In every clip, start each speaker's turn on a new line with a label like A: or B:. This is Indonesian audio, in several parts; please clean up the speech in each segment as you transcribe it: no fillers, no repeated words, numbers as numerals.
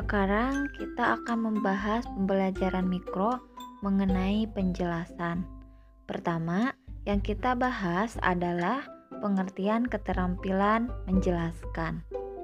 A: Sekarang kita akan membahas pembelajaran mikro mengenai penjelasan. Pertama, yang kita bahas adalah pengertian keterampilan menjelaskan.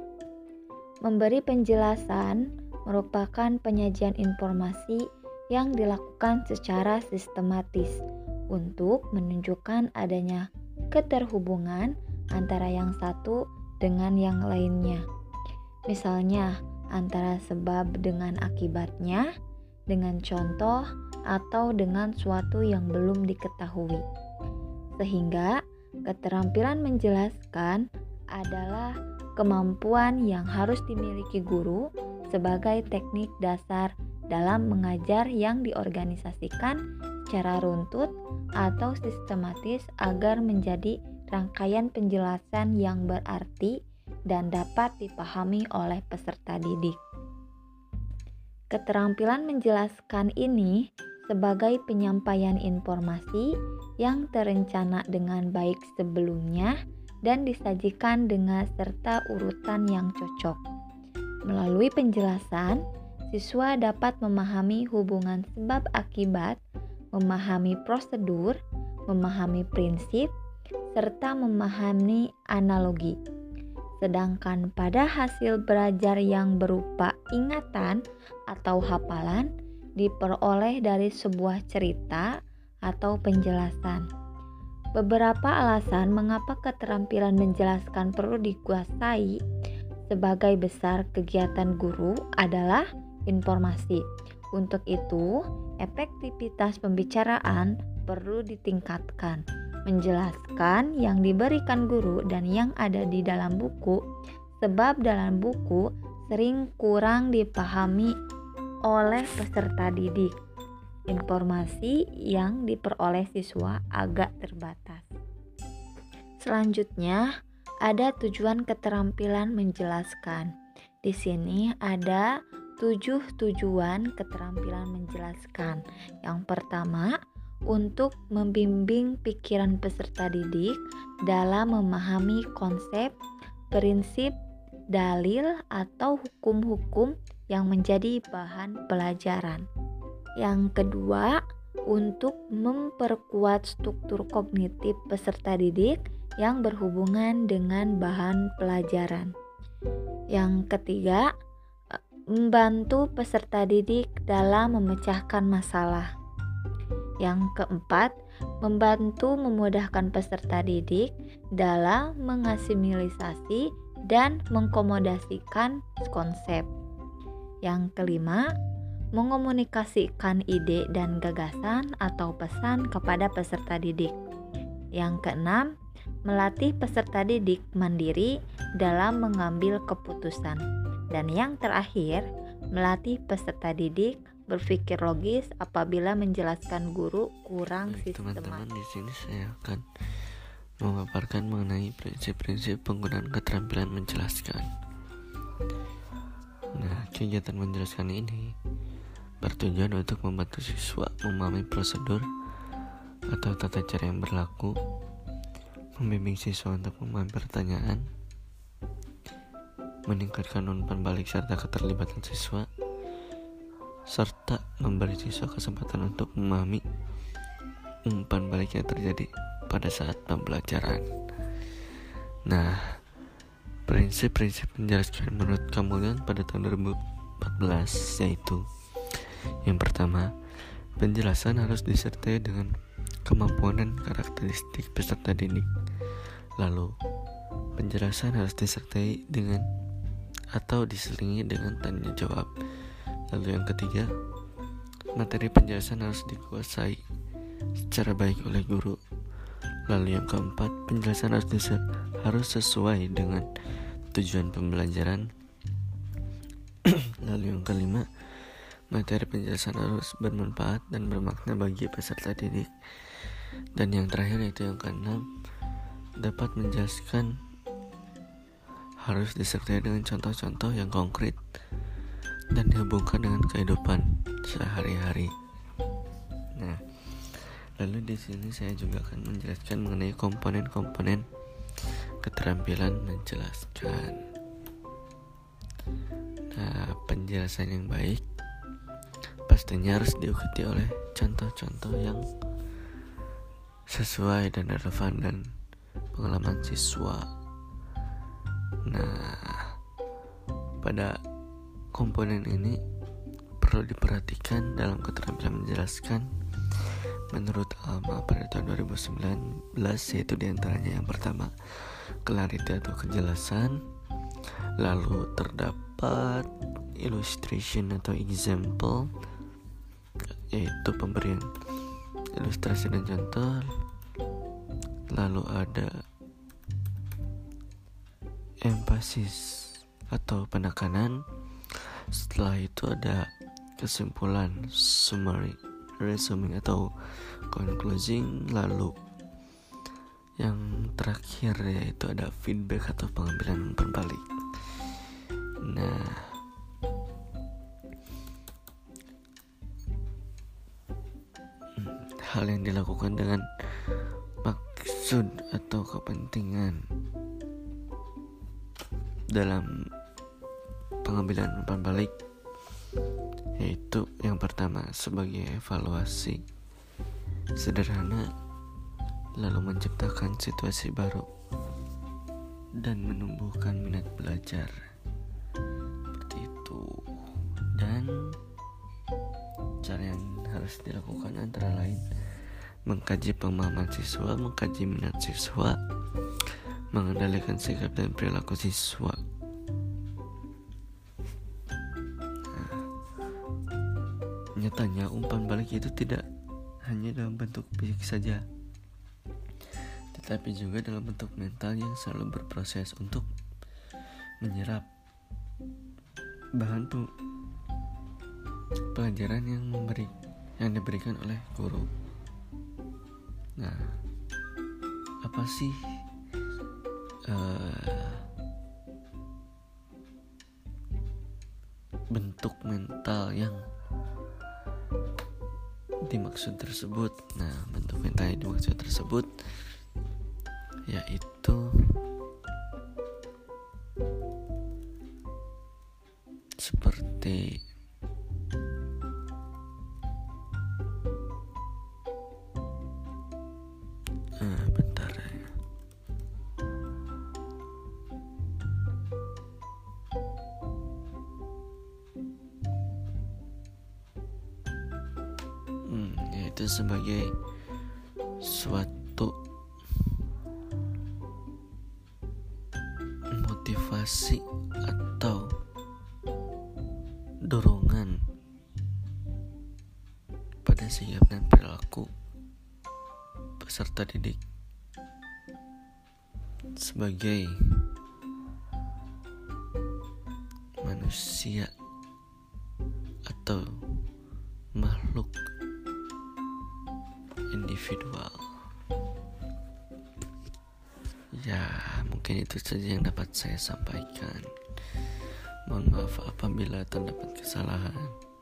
A: Memberi penjelasan merupakan penyajian informasi yang dilakukan secara sistematis untuk menunjukkan adanya keterhubungan antara yang satu dengan yang lainnya. Misalnya, antara sebab dengan akibatnya, dengan contoh, atau dengan suatu yang belum diketahui. Sehingga, keterampilan menjelaskan adalah kemampuan yang harus dimiliki guru sebagai teknik dasar dalam mengajar yang diorganisasikan secara runtut atau sistematis agar menjadi rangkaian penjelasan yang berarti dan dapat dipahami oleh peserta didik. Keterampilan menjelaskan ini sebagai penyampaian informasi yang terencana dengan baik sebelumnya dan disajikan dengan serta urutan yang cocok. Melalui penjelasan, siswa dapat memahami hubungan sebab akibat, memahami prosedur, memahami prinsip, serta memahami analogi. Sedangkan pada hasil belajar yang berupa ingatan atau hafalan diperoleh dari sebuah cerita atau penjelasan. Beberapa alasan mengapa keterampilan menjelaskan perlu dikuasai sebagai besar kegiatan guru adalah informasi. Untuk itu, efektivitas pembicaraan perlu ditingkatkan. Menjelaskan yang diberikan guru dan yang ada di dalam buku, sebab dalam buku sering kurang dipahami oleh peserta didik. Informasi yang diperoleh siswa agak terbatas. Selanjutnya, ada tujuan keterampilan menjelaskan. Di sini ada 7 tujuan keterampilan menjelaskan. Yang pertama, untuk membimbing pikiran peserta didik dalam memahami konsep, prinsip, dalil, atau hukum-hukum yang menjadi bahan pelajaran. Yang kedua, untuk memperkuat struktur kognitif peserta didik yang berhubungan dengan bahan pelajaran. Yang ketiga, membantu peserta didik dalam memecahkan masalah. Yang keempat, membantu memudahkan peserta didik dalam mengasimilisasi dan mengkomodasikan konsep. Yang kelima, mengomunikasikan ide dan gagasan atau pesan kepada peserta didik. Yang keenam, melatih peserta didik mandiri dalam mengambil keputusan. Dan yang terakhir, melatih peserta didik berpikir logis apabila menjelaskan guru kurang sistematis.
B: Teman-teman, di sini saya akan memaparkan mengenai prinsip-prinsip penggunaan keterampilan menjelaskan. Nah, kegiatan menjelaskan ini bertujuan untuk membantu siswa memahami prosedur atau tata cara yang berlaku, membimbing siswa untuk memahami pertanyaan, meningkatkan umpan balik serta keterlibatan siswa, serta memberi siswa kesempatan untuk memahami umpan balik yang terjadi pada saat pembelajaran. Nah, prinsip-prinsip menjelaskan menurut Kamulyan pada tahun 2014 yaitu: yang pertama, penjelasan harus disertai dengan kemampuan dan karakteristik peserta didik. Lalu, penjelasan harus disertai dengan atau diselingi dengan tanya jawab. Lalu yang ketiga, materi penjelasan harus dikuasai secara baik oleh guru. Lalu yang keempat, penjelasan harus sesuai dengan tujuan pembelajaran. Lalu yang kelima, materi penjelasan harus bermanfaat dan bermakna bagi peserta didik. Dan yang terakhir yaitu yang keenam, dapat menjelaskan harus disertai dengan contoh-contoh yang konkret dan dihubungkan dengan kehidupan sehari-hari. Nah, lalu di sini saya juga akan menjelaskan mengenai komponen-komponen keterampilan menjelaskan. penjelasan yang baik pastinya harus diikuti oleh contoh-contoh yang sesuai dan relevan dan pengalaman siswa. Nah, pada komponen ini perlu diperhatikan dalam keterampilan menjelaskan menurut Alma pada tahun 2019, yaitu diantaranya yang pertama, clarity atau kejelasan. Lalu terdapat illustration atau example, yaitu pemberian ilustrasi dan contoh. Lalu ada emphasis atau penekanan. Setelah itu ada kesimpulan, summary, resuming atau concluding. Lalu yang terakhir yaitu ada feedback atau pengambilan umpan balik. Nah, hal yang dilakukan dengan maksud atau kepentingan dalam pengambilan umpan balik, yaitu yang pertama sebagai evaluasi sederhana, lalu menciptakan situasi baru dan menumbuhkan minat belajar, seperti itu. Dan cara yang harus dilakukan antara lain mengkaji pemahaman siswa, mengkaji minat siswa, mengendalikan sikap dan perilaku siswa. Nyatanya umpan balik itu tidak hanya dalam bentuk fisik saja, tetapi juga dalam bentuk mental yang selalu berproses untuk menyerap bahan pelajaran yang diberikan oleh guru. Nah, apa sih bentuk mental yang dimaksud tersebut? Nah, bentuk mental yang dimaksud tersebut yaitu seperti bentar ya. Yaitu sebagai suatu motivasi atau dorongan pada sikap dan perilaku peserta didik sebagai manusia atau makhluk individual. Ya, mungkin itu saja yang dapat saya sampaikan. Mohon maaf apabila terdapat kesalahan.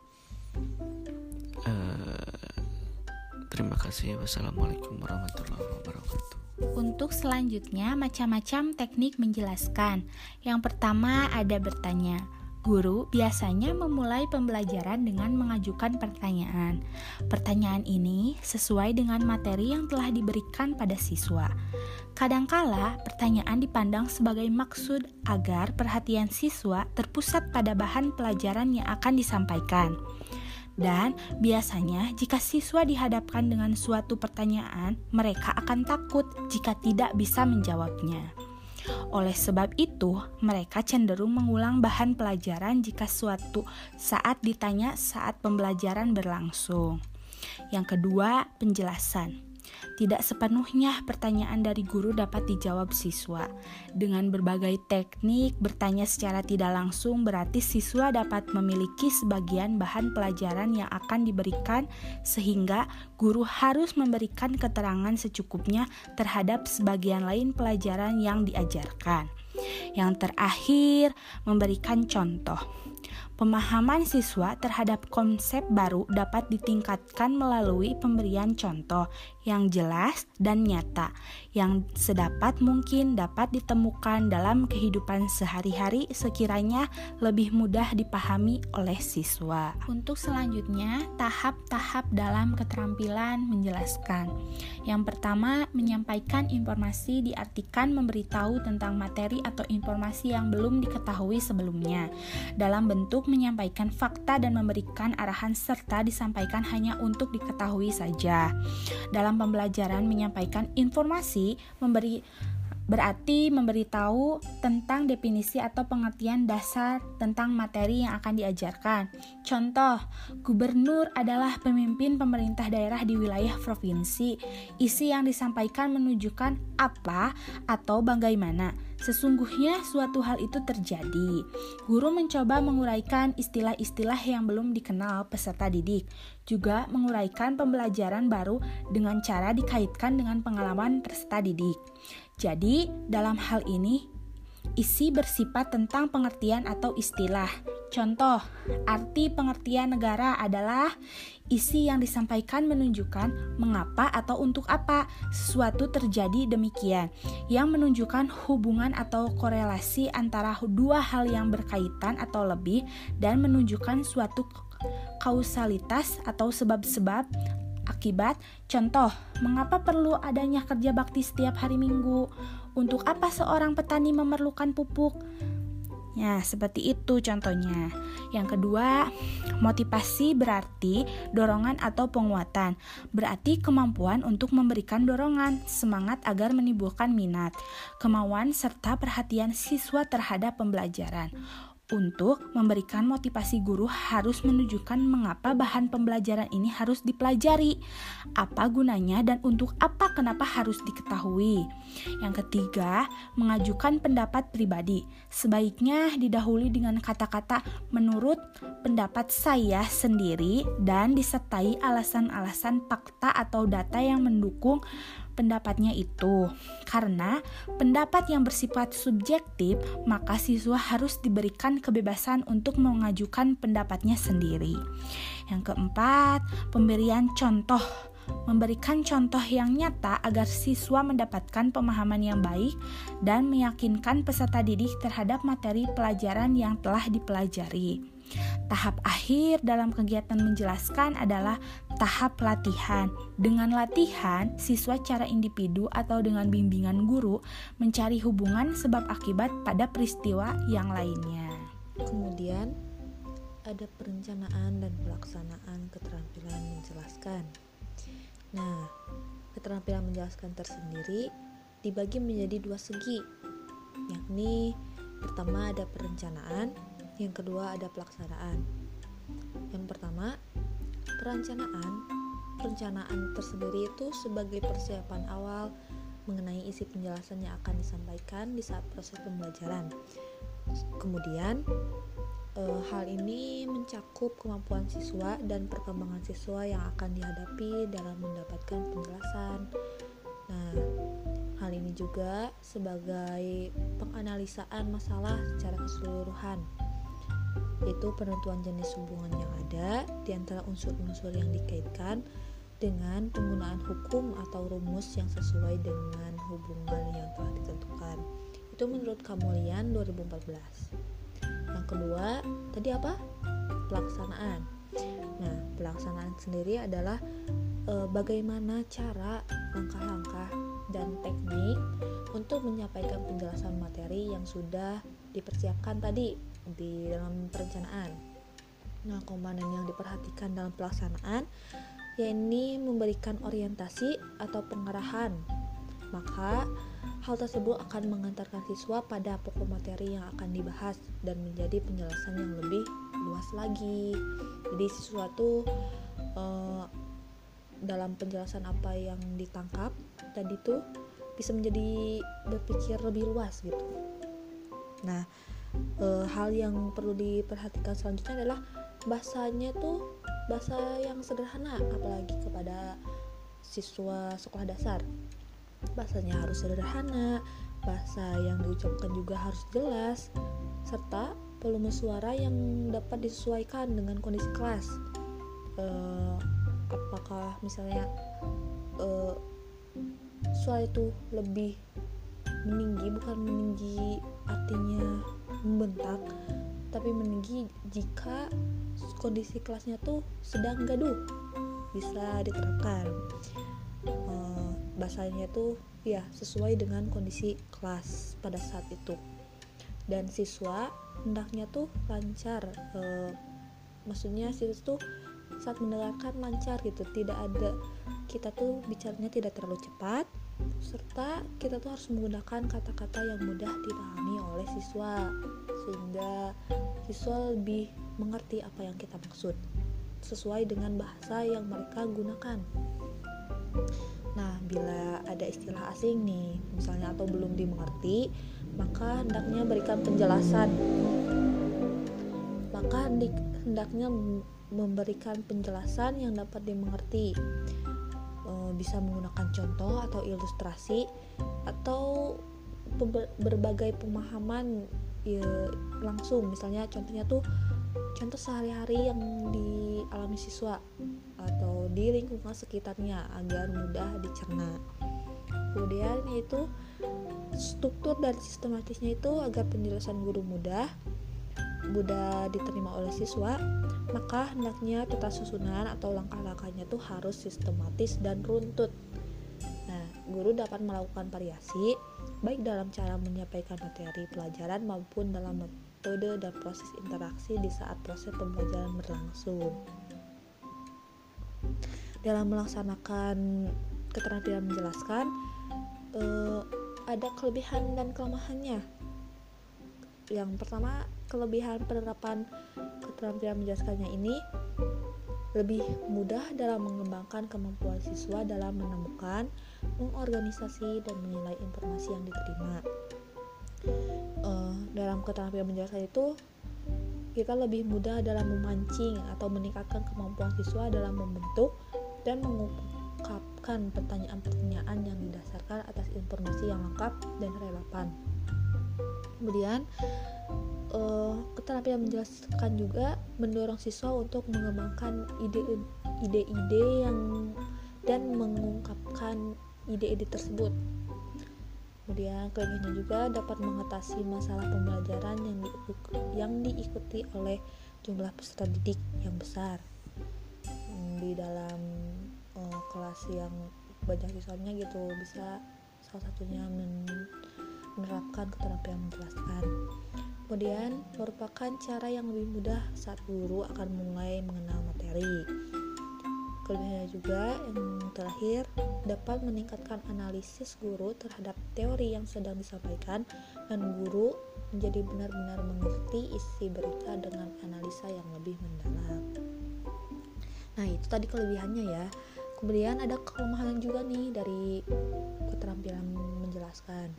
B: Terima kasih. Wassalamualaikum warahmatullahi wabarakatuh.
C: Untuk selanjutnya, macam-macam teknik menjelaskan. Yang pertama ada bertanya. Guru biasanya memulai pembelajaran dengan mengajukan pertanyaan. Pertanyaan ini sesuai dengan materi yang telah diberikan pada siswa. Kadangkala, pertanyaan dipandang sebagai maksud agar perhatian siswa terpusat pada bahan pelajaran yang akan disampaikan. Dan biasanya jika siswa dihadapkan dengan suatu pertanyaan, mereka akan takut jika tidak bisa menjawabnya. Oleh sebab itu, mereka cenderung mengulang bahan pelajaran jika suatu saat ditanya saat pembelajaran berlangsung. Yang kedua, penjelasan. Tidak sepenuhnya pertanyaan dari guru dapat dijawab siswa. Dengan berbagai teknik bertanya secara tidak langsung berarti siswa dapat memiliki sebagian bahan pelajaran yang akan diberikan sehingga guru harus memberikan keterangan secukupnya terhadap sebagian lain pelajaran yang diajarkan. Yang terakhir, memberikan contoh. Pemahaman siswa terhadap konsep baru dapat ditingkatkan melalui pemberian contoh yang jelas dan nyata yang sedapat mungkin dapat ditemukan dalam kehidupan sehari-hari sekiranya lebih mudah dipahami oleh siswa. Untuk selanjutnya, tahap-tahap dalam keterampilan menjelaskan. Yang pertama, menyampaikan informasi diartikan memberitahu tentang materi atau informasi yang belum diketahui sebelumnya. Dalam bentuk menyampaikan fakta dan memberikan arahan serta disampaikan hanya untuk diketahui saja. Dalam pembelajaran menyampaikan informasi berarti memberitahu tentang definisi atau pengertian dasar tentang materi yang akan diajarkan. Contoh, gubernur adalah pemimpin pemerintah daerah di wilayah provinsi. Isi yang disampaikan menunjukkan apa atau bagaimana sesungguhnya suatu hal itu terjadi. Guru mencoba menguraikan istilah-istilah yang belum dikenal peserta didik, juga menguraikan pembelajaran baru dengan cara dikaitkan dengan pengalaman peserta didik. Jadi, dalam hal ini, isi bersifat tentang pengertian atau istilah. Contoh, arti pengertian negara adalah isi yang disampaikan menunjukkan mengapa atau untuk apa sesuatu terjadi demikian, yang menunjukkan hubungan atau korelasi antara dua hal yang berkaitan atau lebih dan menunjukkan suatu kausalitas atau sebab-sebab akibat. Contoh, mengapa perlu adanya kerja bakti setiap hari Minggu? Untuk apa seorang petani memerlukan pupuk? Ya, seperti itu contohnya. Yang kedua, motivasi berarti dorongan atau penguatan. Berarti kemampuan untuk memberikan dorongan, semangat agar menimbulkan minat, kemauan serta perhatian siswa terhadap pembelajaran. Untuk memberikan motivasi, guru harus menunjukkan mengapa bahan pembelajaran ini harus dipelajari, apa gunanya dan untuk apa kenapa harus diketahui. Yang ketiga, mengajukan pendapat pribadi. Sebaiknya didahului dengan kata-kata menurut pendapat saya sendiri dan disertai alasan-alasan fakta atau data yang mendukung pendapatnya itu. Karena pendapat yang bersifat subjektif, maka siswa harus diberikan kebebasan untuk mengajukan pendapatnya sendiri. Yang keempat, pemberian contoh. Memberikan contoh yang nyata agar siswa mendapatkan pemahaman yang baik dan meyakinkan peserta didik terhadap materi pelajaran yang telah dipelajari. Tahap akhir dalam kegiatan menjelaskan adalah tahap latihan. Dengan latihan, siswa secara individu atau dengan bimbingan guru mencari hubungan sebab akibat pada peristiwa yang lainnya.
A: Kemudian ada perencanaan dan pelaksanaan keterampilan menjelaskan. Nah, keterampilan menjelaskan tersendiri dibagi menjadi dua segi, yakni pertama ada perencanaan, yang kedua ada pelaksanaan. Yang pertama, perencanaan tersendiri itu sebagai persiapan awal mengenai isi penjelasan yang akan disampaikan di saat proses pembelajaran. Kemudian, hal ini mencakup kemampuan siswa dan perkembangan siswa yang akan dihadapi dalam mendapatkan penjelasan. Nah, hal ini juga sebagai penganalisaan masalah secara keseluruhan, yaitu penentuan jenis hubungan yang ada di antara unsur-unsur yang dikaitkan dengan penggunaan hukum atau rumus yang sesuai dengan hubungan yang telah ditentukan. Itu menurut Kamulian 2014. Yang kedua, tadi apa? Pelaksanaan. Nah, pelaksanaan sendiri adalah bagaimana cara, langkah-langkah, dan teknik untuk menyampaikan penjelasan materi yang sudah dipersiapkan tadi di dalam perencanaan. Nah, komponen yang diperhatikan dalam pelaksanaan yakni memberikan orientasi atau pengarahan. Maka hal tersebut akan mengantarkan siswa pada pokok materi yang akan dibahas dan menjadi penjelasan yang lebih luas lagi. Jadi siswa tuh dalam penjelasan apa yang ditangkap tadi tuh bisa menjadi berpikir lebih luas gitu. Nah, hal yang perlu diperhatikan selanjutnya adalah bahasanya tuh bahasa yang sederhana, apalagi kepada siswa sekolah dasar. Bahasanya harus sederhana, bahasa yang diucapkan juga harus jelas, serta volume suara yang dapat disesuaikan dengan kondisi kelas. Apakah misalnya suara itu lebih meninggi, bukan meninggi artinya membentak, tapi meninggi jika kondisi kelasnya tuh sedang gaduh, bisa diterapkan. Bahasanya tuh ya sesuai dengan kondisi kelas pada saat itu. Dan siswa hendaknya tuh lancar, maksudnya siswa tuh saat mendengarkan lancar gitu, tidak ada, kita tuh bicaranya tidak terlalu cepat, serta kita tuh harus menggunakan kata-kata yang mudah dipahami oleh siswa sehingga siswa lebih mengerti apa yang kita maksud sesuai dengan bahasa yang mereka gunakan. Nah, bila ada istilah asing nih misalnya atau belum dimengerti, maka hendaknya berikan penjelasan. Maka hendaknya memberikan penjelasan yang dapat dimengerti. Bisa menggunakan contoh atau ilustrasi atau berbagai pemahaman ya, langsung. Misalnya contohnya tuh contoh sehari-hari yang dialami siswa atau di lingkungan sekitarnya agar mudah dicerna. Kemudian yaitu struktur dan sistematisnya itu agar penjelasan guru mudah diterima oleh siswa, maka hendaknya tata susunan atau langkah-langkahnya itu harus sistematis dan runtut. Nah, guru dapat melakukan variasi baik dalam cara menyampaikan materi pelajaran maupun dalam metode dan proses interaksi di saat proses pembelajaran berlangsung. Dalam melaksanakan keterampilan menjelaskan, ada kelebihan dan kelemahannya. Yang pertama, kelebihan penerapan keterampilan menjelaskannya ini lebih mudah dalam mengembangkan kemampuan siswa dalam menemukan, mengorganisasi, dan menilai informasi yang diterima. Dalam keterampilan menjelaskan itu, kita lebih mudah dalam memancing atau meningkatkan kemampuan siswa dalam membentuk dan mengungkapkan pertanyaan-pertanyaan yang didasarkan atas informasi yang lengkap dan relevan. Kemudian keterampilan menjelaskan juga mendorong siswa untuk mengembangkan ide-ide yang dan mengungkapkan ide-ide tersebut. Kemudian kelebihannya juga dapat mengatasi masalah pembelajaran yang diikuti oleh jumlah peserta didik yang besar di dalam kelas yang banyak siswanya gitu. Bisa salah satunya menerapkan keterampilan menjelaskan. Kemudian merupakan cara yang lebih mudah saat guru akan mulai mengenal materi. Kelebihannya juga yang terakhir dapat meningkatkan analisis guru terhadap teori yang sedang disampaikan, dan guru menjadi benar-benar mengerti isi berita dengan analisa yang lebih mendalam. Nah, itu tadi kelebihannya ya. Kemudian ada kelemahan juga nih dari keterampilan menjelaskan.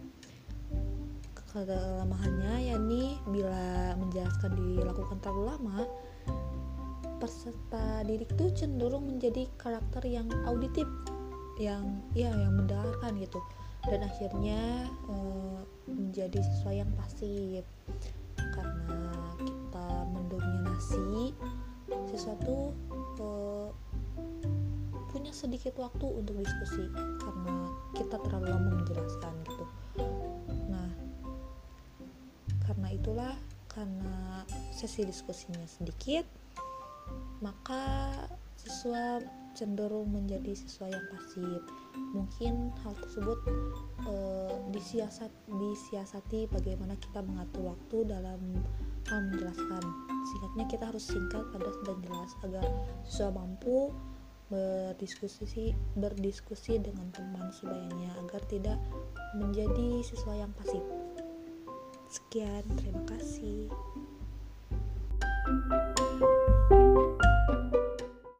A: Kelemahannya yakni bila menjelaskan dilakukan terlalu lama, peserta didik itu cenderung menjadi karakter yang auditif, yang mendengarkan gitu, dan akhirnya menjadi siswa yang pasif karena kita mendominasi sesuatu, punya sedikit waktu untuk diskusi karena kita terlalu lama menjelaskan gitu. Nah, karena itulah, karena sesi diskusinya sedikit, maka siswa cenderung menjadi siswa yang pasif. Mungkin hal tersebut disiasati bagaimana kita mengatur waktu dalam hal menjelaskan. Singkatnya, kita harus singkat, padat, dan jelas agar siswa mampu berdiskusi dengan teman sebayanya agar tidak menjadi siswa yang pasif. Sekian, terima kasih.